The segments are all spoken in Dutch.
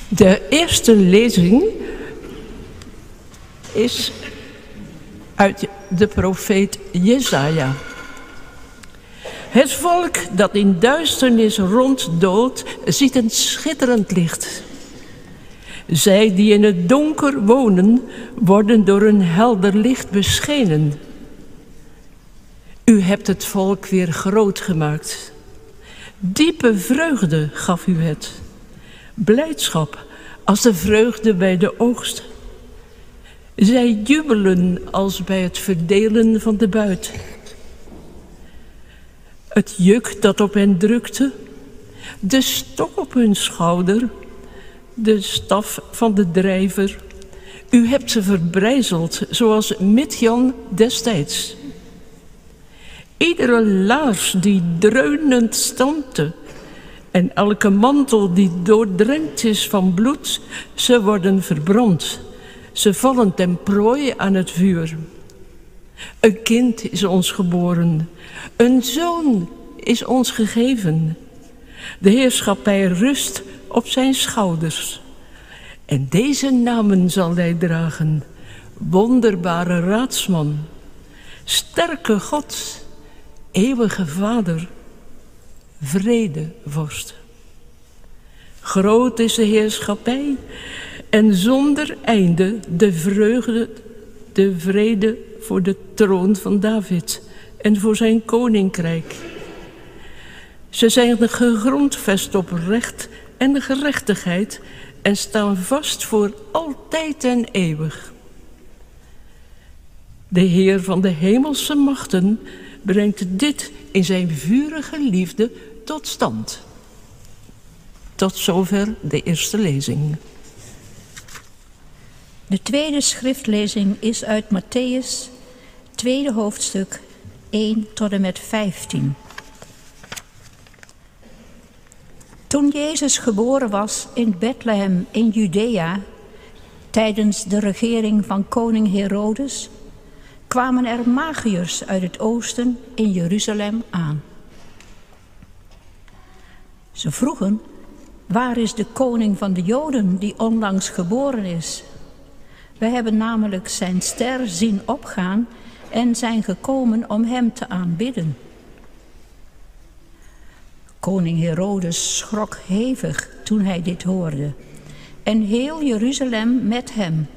De eerste lezing is uit de profeet Jesaja. Het volk dat in duisternis ronddoolt, ziet een schitterend licht. Zij die in het donker wonen, worden door een helder licht beschenen. U hebt het volk weer groot gemaakt. Diepe vreugde gaf u het. Blijdschap als de vreugde bij de oogst. Zij jubelen als bij het verdelen van de buit. Het juk dat op hen drukte, de stok op hun schouder, de staf van de drijver. U hebt ze verbrijzeld, zoals Midjan destijds. Iedere laars die dreunend stampte en elke mantel die doordrenkt is van bloed, ze worden verbrand. Ze vallen ten prooi aan het vuur. Een kind is ons geboren, een zoon is ons gegeven. De heerschappij rust op zijn schouders. En deze namen zal hij dragen: wonderbare raadsman, sterke God, eeuwige Vader, vredevorst. Groot is de heerschappij en zonder einde de vreugde, de vrede voor de troon van David en voor zijn koninkrijk. Ze zijn gegrondvest op recht en gerechtigheid en staan vast voor altijd en eeuwig. De Heer van de hemelse machten brengt dit in zijn vurige liefde tot stand. Tot zover de eerste lezing. De tweede schriftlezing is uit Mattheüs, tweede hoofdstuk, 1 tot en met 15. Toen Jezus geboren was in Bethlehem in Judea, tijdens de regering van koning Herodes, kwamen er magiërs uit het oosten in Jeruzalem aan. Ze vroegen: waar is de koning van de Joden die onlangs geboren is? Wij hebben namelijk zijn ster zien opgaan en zijn gekomen om hem te aanbidden. Koning Herodes schrok hevig toen hij dit hoorde, en heel Jeruzalem met hem.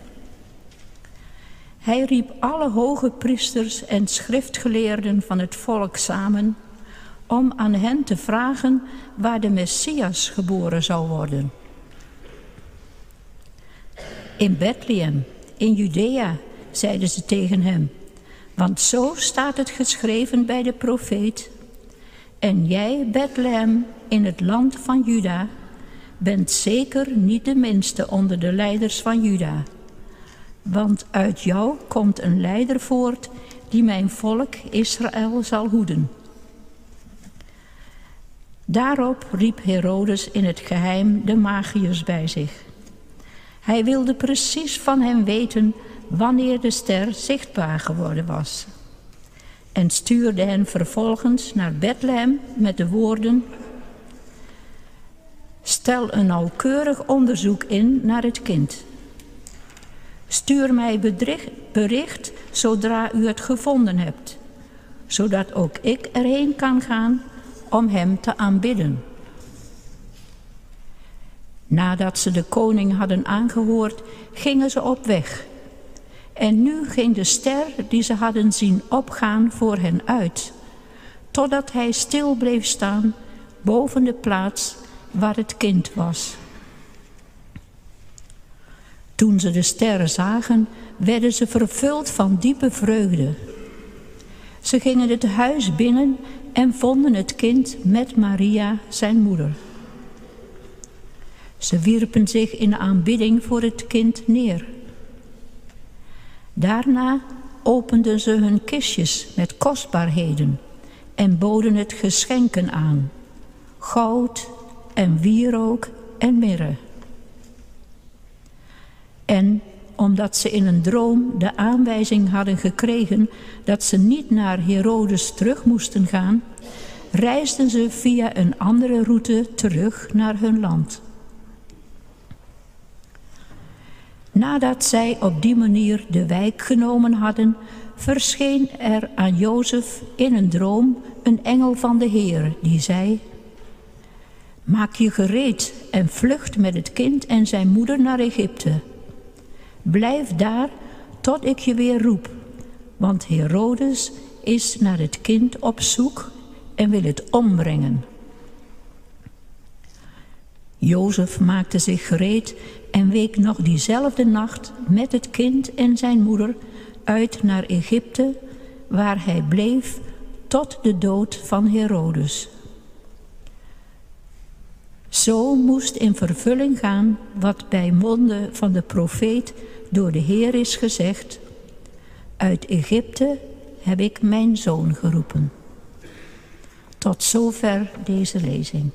Hij riep alle hoge priesters en schriftgeleerden van het volk samen om aan hen te vragen waar de Messias geboren zou worden. In Bethlehem, in Judea, zeiden ze tegen hem, want zo staat het geschreven bij de profeet: en jij, Bethlehem, in het land van Juda, bent zeker niet de minste onder de leiders van Juda. Want uit jou komt een leider voort die mijn volk Israël zal hoeden. Daarop riep Herodes in het geheim de magiërs bij zich. Hij wilde precies van hen weten wanneer de ster zichtbaar geworden was. En stuurde hen vervolgens naar Bethlehem met de woorden: stel een nauwkeurig onderzoek in naar het kind. Stuur mij bericht zodra u het gevonden hebt, zodat ook ik erheen kan gaan om hem te aanbidden. Nadat ze de koning hadden aangehoord, gingen ze op weg. En nu ging de ster die ze hadden zien opgaan voor hen uit, totdat hij stil bleef staan boven de plaats waar het kind was. Toen ze de ster zagen, werden ze vervuld van diepe vreugde. Ze gingen het huis binnen en vonden het kind met Maria, zijn moeder. Ze wierpen zich in aanbidding voor het kind neer. Daarna openden ze hun kistjes met kostbaarheden en boden het geschenken aan: goud en wierook en mirre. En omdat ze in een droom de aanwijzing hadden gekregen dat ze niet naar Herodes terug moesten gaan, reisden ze via een andere route terug naar hun land. Nadat zij op die manier de wijk genomen hadden, verscheen er aan Jozef in een droom een engel van de Heer, die zei: Maak je gereed en vlucht met het kind en zijn moeder naar Egypte. Blijf daar tot ik je weer roep, want Herodes is naar het kind op zoek en wil het ombrengen. Jozef maakte zich gereed en week nog diezelfde nacht met het kind en zijn moeder uit naar Egypte, waar hij bleef tot de dood van Herodes. Zo moest in vervulling gaan wat bij monden van de profeet door de Heer is gezegd: Uit Egypte heb ik mijn zoon geroepen. Tot zover deze lezing.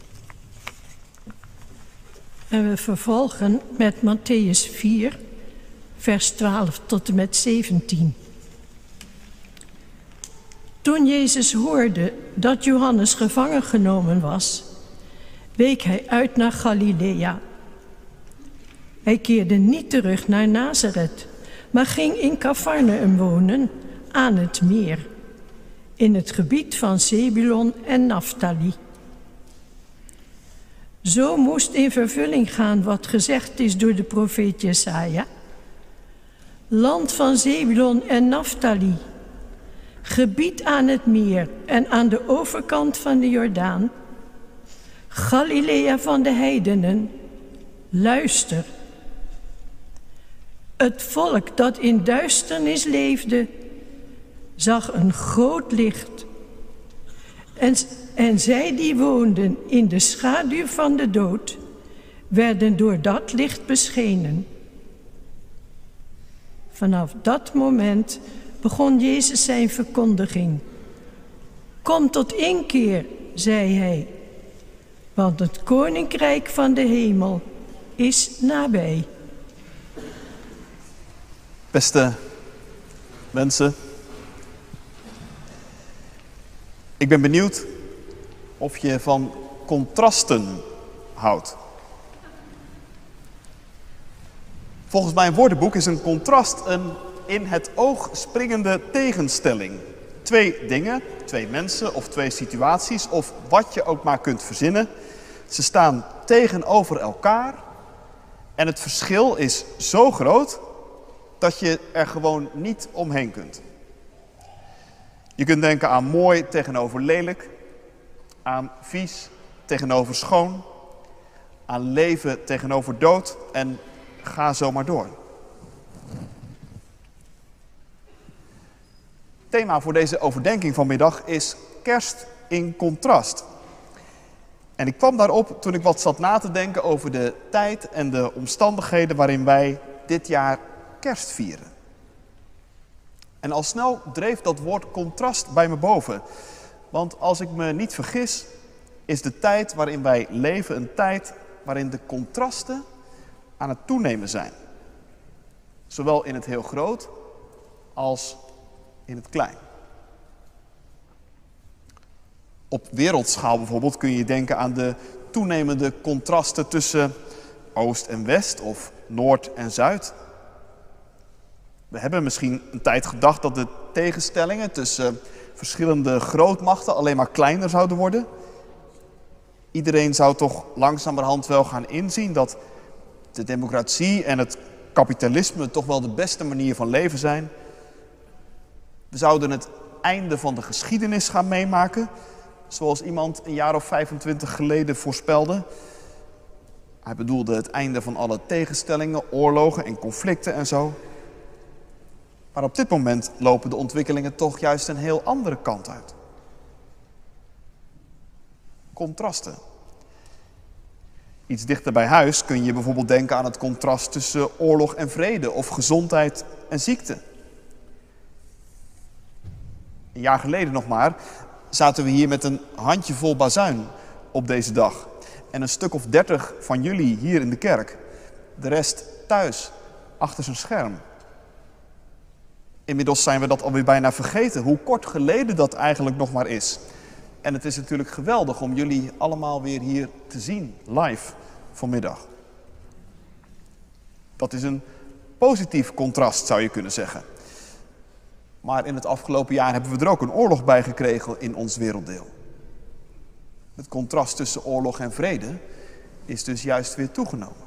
En we vervolgen met Mattheüs 4, vers 12 tot en met 17. Toen Jezus hoorde dat Johannes gevangen genomen was, week hij uit naar Galilea. Hij keerde niet terug naar Nazareth, maar ging in Cafarnaum wonen, aan het meer, in het gebied van Zebulon en Naftali. Zo moest in vervulling gaan wat gezegd is door de profeet Jesaja. Land van Zebulon en Naftali, gebied aan het meer en aan de overkant van de Jordaan, Galilea van de heidenen, luister. Het volk dat in duisternis leefde, zag een groot licht. En zij die woonden in de schaduw van de dood, werden door dat licht beschenen. Vanaf dat moment begon Jezus zijn verkondiging. Kom tot inkeer, zei hij, want het koninkrijk van de hemel is nabij. Beste mensen, ik ben benieuwd of je van contrasten houdt. Volgens mijn woordenboek is een contrast een in het oog springende tegenstelling. Twee dingen, twee mensen of twee situaties of wat je ook maar kunt verzinnen. Ze staan tegenover elkaar en het verschil is zo groot dat je er gewoon niet omheen kunt. Je kunt denken aan mooi tegenover lelijk, aan vies tegenover schoon, aan leven tegenover dood en ga zo maar door. Het thema voor deze overdenking vanmiddag is kerst in contrast. En ik kwam daarop toen ik wat zat na te denken over de tijd en de omstandigheden waarin wij dit jaar kerst vieren. En al snel dreef dat woord contrast bij me boven. Want als ik me niet vergis, is de tijd waarin wij leven een tijd waarin de contrasten aan het toenemen zijn. Zowel in het heel groot als in het klein. Op wereldschaal bijvoorbeeld kun je denken aan de toenemende contrasten tussen Oost en West of Noord en Zuid. We hebben misschien een tijd gedacht dat de tegenstellingen tussen verschillende grootmachten alleen maar kleiner zouden worden. Iedereen zou toch langzamerhand wel gaan inzien dat de democratie en het kapitalisme toch wel de beste manier van leven zijn. We zouden het einde van de geschiedenis gaan meemaken, zoals iemand een jaar of 25 geleden voorspelde. Hij bedoelde het einde van alle tegenstellingen, oorlogen en conflicten en zo. Maar op dit moment lopen de ontwikkelingen toch juist een heel andere kant uit. Contrasten. Iets dichter bij huis kun je bijvoorbeeld denken aan het contrast tussen oorlog en vrede of gezondheid en ziekte. Een jaar geleden nog maar zaten we hier met een handjevol bazuin op deze dag. En een stuk of 30 van jullie hier in de kerk. De rest thuis, achter zijn scherm. Inmiddels zijn we dat alweer bijna vergeten, hoe kort geleden dat eigenlijk nog maar is. En het is natuurlijk geweldig om jullie allemaal weer hier te zien, live, vanmiddag. Dat is een positief contrast, zou je kunnen zeggen. Maar in het afgelopen jaar hebben we er ook een oorlog bij gekregen in ons werelddeel. Het contrast tussen oorlog en vrede is dus juist weer toegenomen.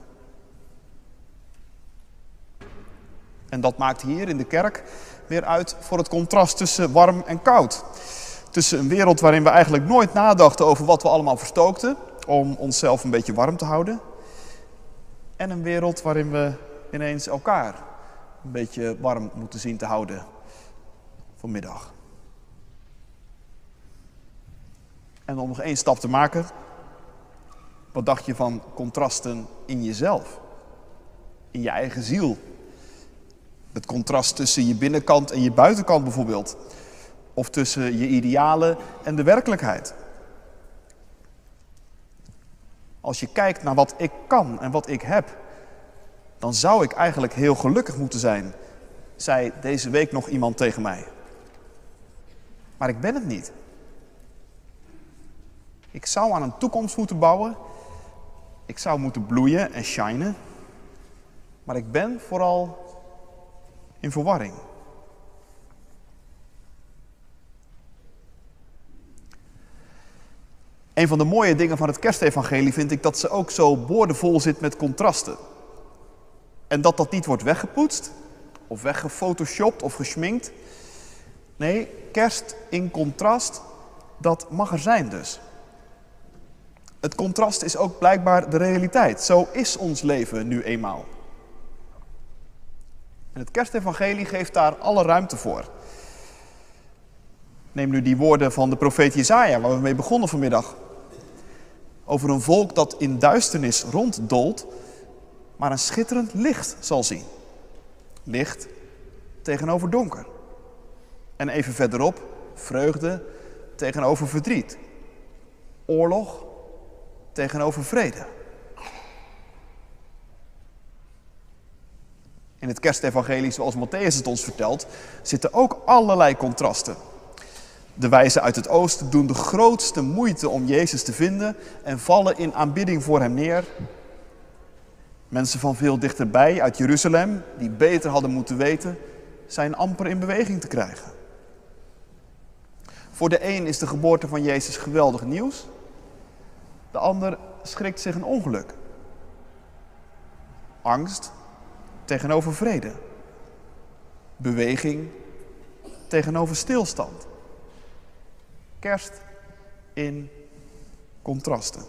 En dat maakt hier in de kerk weer uit voor het contrast tussen warm en koud. Tussen een wereld waarin we eigenlijk nooit nadachten over wat we allemaal verstookten, om onszelf een beetje warm te houden. En een wereld waarin we ineens elkaar een beetje warm moeten zien te houden vanmiddag. En om nog één stap te maken, wat dacht je van contrasten in jezelf? In je eigen ziel? Het contrast tussen je binnenkant en je buitenkant bijvoorbeeld. Of tussen je idealen en de werkelijkheid. Als je kijkt naar wat ik kan en wat ik heb, dan zou ik eigenlijk heel gelukkig moeten zijn, zei deze week nog iemand tegen mij. Maar ik ben het niet. Ik zou aan een toekomst moeten bouwen. Ik zou moeten bloeien en shinen. Maar ik ben vooral in verwarring. Een van de mooie dingen van het kerstevangelie vind ik dat ze ook zo boordevol zit met contrasten. En dat niet wordt weggepoetst, of weggefotoshopt of geschminkt. Nee, kerst in contrast, dat mag er zijn dus. Het contrast is ook blijkbaar de realiteit. Zo is ons leven nu eenmaal. En het kerstevangelie geeft daar alle ruimte voor. Neem nu die woorden van de profeet Jesaja, waar we mee begonnen vanmiddag. Over een volk dat in duisternis ronddolt, maar een schitterend licht zal zien. Licht tegenover donker. En even verderop, vreugde tegenover verdriet. Oorlog tegenover vrede. In het kerstevangelie, zoals Mattheüs het ons vertelt, zitten ook allerlei contrasten. De wijzen uit het oosten doen de grootste moeite om Jezus te vinden en vallen in aanbidding voor hem neer. Mensen van veel dichterbij uit Jeruzalem, die beter hadden moeten weten, zijn amper in beweging te krijgen. Voor de een is de geboorte van Jezus geweldig nieuws. De ander schrikt zich een ongeluk. Angst tegenover vrede. Beweging tegenover stilstand. Kerst in contrasten.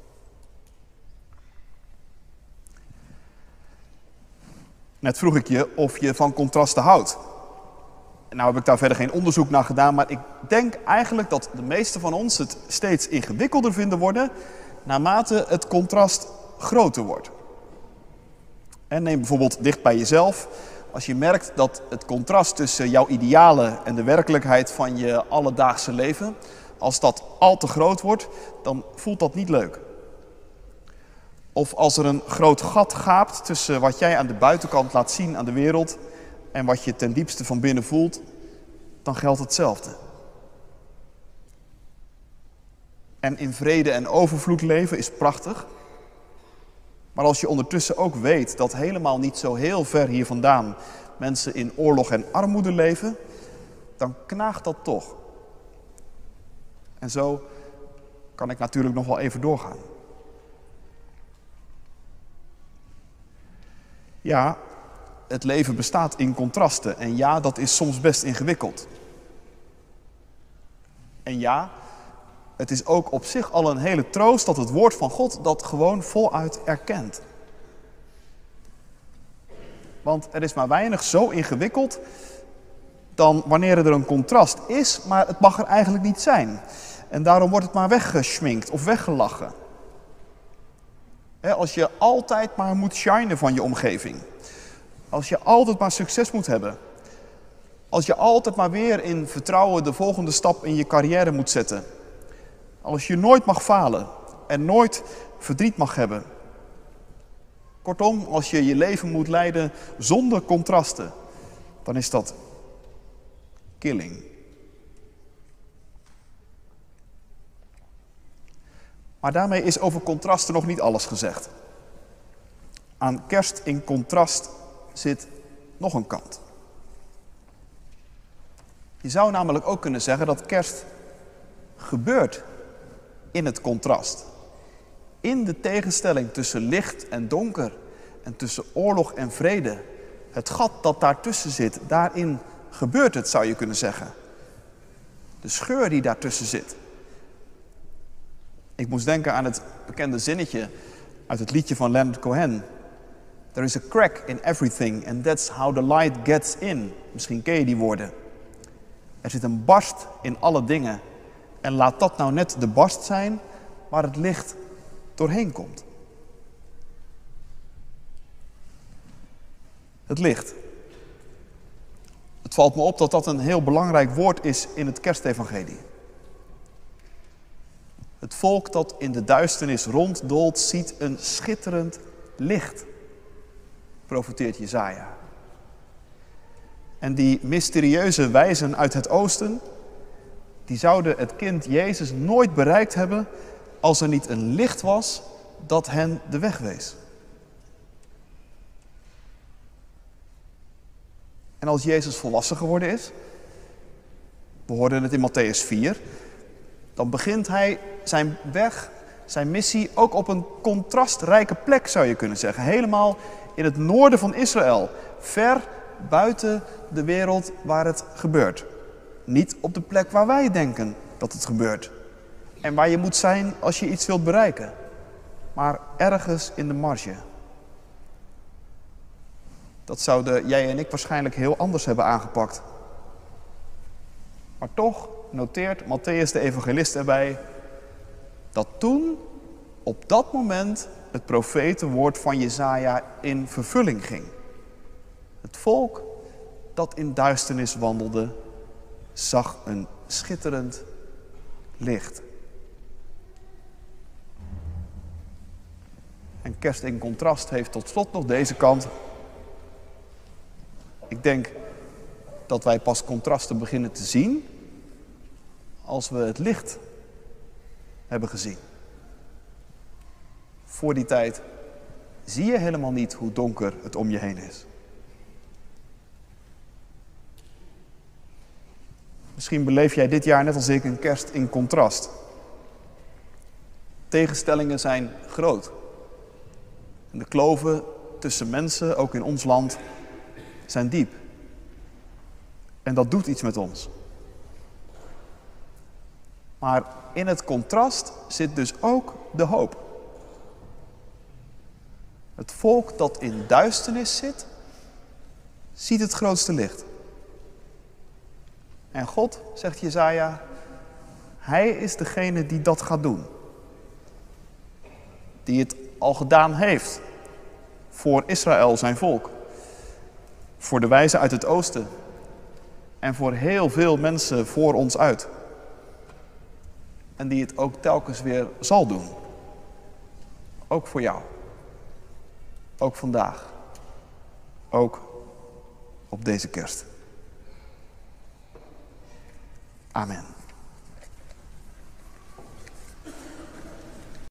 Net vroeg ik je of je van contrasten houdt. Nou heb ik daar verder geen onderzoek naar gedaan, maar ik denk eigenlijk dat de meesten van ons het steeds ingewikkelder vinden worden naarmate het contrast groter wordt. En neem bijvoorbeeld dicht bij jezelf. Als je merkt dat het contrast tussen jouw idealen en de werkelijkheid van je alledaagse leven, als dat al te groot wordt, dan voelt dat niet leuk. Of als er een groot gat gaapt tussen wat jij aan de buitenkant laat zien aan de wereld en wat je ten diepste van binnen voelt, dan geldt hetzelfde. En in vrede en overvloed leven is prachtig. Maar als je ondertussen ook weet dat helemaal niet zo heel ver hier vandaan mensen in oorlog en armoede leven, dan knaagt dat toch. En zo kan ik natuurlijk nog wel even doorgaan. Ja, het leven bestaat in contrasten. En ja, dat is soms best ingewikkeld. En ja, het is ook op zich al een hele troost dat het woord van God dat gewoon voluit erkent. Want er is maar weinig zo ingewikkeld dan wanneer er een contrast is, maar het mag er eigenlijk niet zijn. En daarom wordt het maar weggeschminkt of weggelachen. Als je altijd maar moet shinen van je omgeving. Als je altijd maar succes moet hebben. Als je altijd maar weer in vertrouwen de volgende stap in je carrière moet zetten. Als je nooit mag falen en nooit verdriet mag hebben. Kortom, als je je leven moet leiden zonder contrasten, dan is dat killing. Maar daarmee is over contrasten nog niet alles gezegd. aan kerst in contrast zit nog een kant. Je zou namelijk ook kunnen zeggen dat kerst gebeurt in het contrast. In de tegenstelling tussen licht en donker en tussen oorlog en vrede. Het gat dat daartussen zit, daarin gebeurt het, zou je kunnen zeggen. De scheur die daartussen zit. Ik moest denken aan het bekende zinnetje uit het liedje van Leonard Cohen. There is a crack in everything and that's how the light gets in. Misschien ken je die woorden. Er zit een barst in alle dingen. En laat dat nou net de barst zijn waar het licht doorheen komt. Het licht. Het valt me op dat dat een heel belangrijk woord is in het kerstevangelie. Het volk dat in de duisternis ronddolt, ziet een schitterend licht, profeteert Jesaja. En die mysterieuze wijzen uit het oosten, die zouden het kind Jezus nooit bereikt hebben als er niet een licht was dat hen de weg wees. En als Jezus volwassen geworden is, we hoorden het in Mattheüs 4, dan begint hij zijn weg, zijn missie ook op een contrastrijke plek, zou je kunnen zeggen. Helemaal in het noorden van Israël, ver buiten de wereld waar het gebeurt. Niet op de plek waar wij denken dat het gebeurt. En waar je moet zijn als je iets wilt bereiken. Maar ergens in de marge. Dat zouden jij en ik waarschijnlijk heel anders hebben aangepakt. Maar toch noteert Mattheüs de evangelist erbij dat toen, op dat moment, het profetenwoord van Jesaja in vervulling ging. Het volk dat in duisternis wandelde, zag een schitterend licht. En kerst in contrast heeft tot slot nog deze kant. Ik denk dat wij pas contrasten beginnen te zien als we het licht hebben gezien. Voor die tijd zie je helemaal niet hoe donker het om je heen is. Misschien beleef jij dit jaar net als ik een kerst in contrast. Tegenstellingen zijn groot. En de kloven tussen mensen, ook in ons land, zijn diep. En dat doet iets met ons. Maar in het contrast zit dus ook de hoop. Het volk dat in duisternis zit, ziet het grootste licht. En God, zegt Jesaja, hij is degene die dat gaat doen. Die het al gedaan heeft voor Israël, zijn volk. Voor de wijzen uit het oosten. En voor heel veel mensen voor ons uit. En die het ook telkens weer zal doen. Ook voor jou. Ook vandaag. Ook op deze kerst. Amen.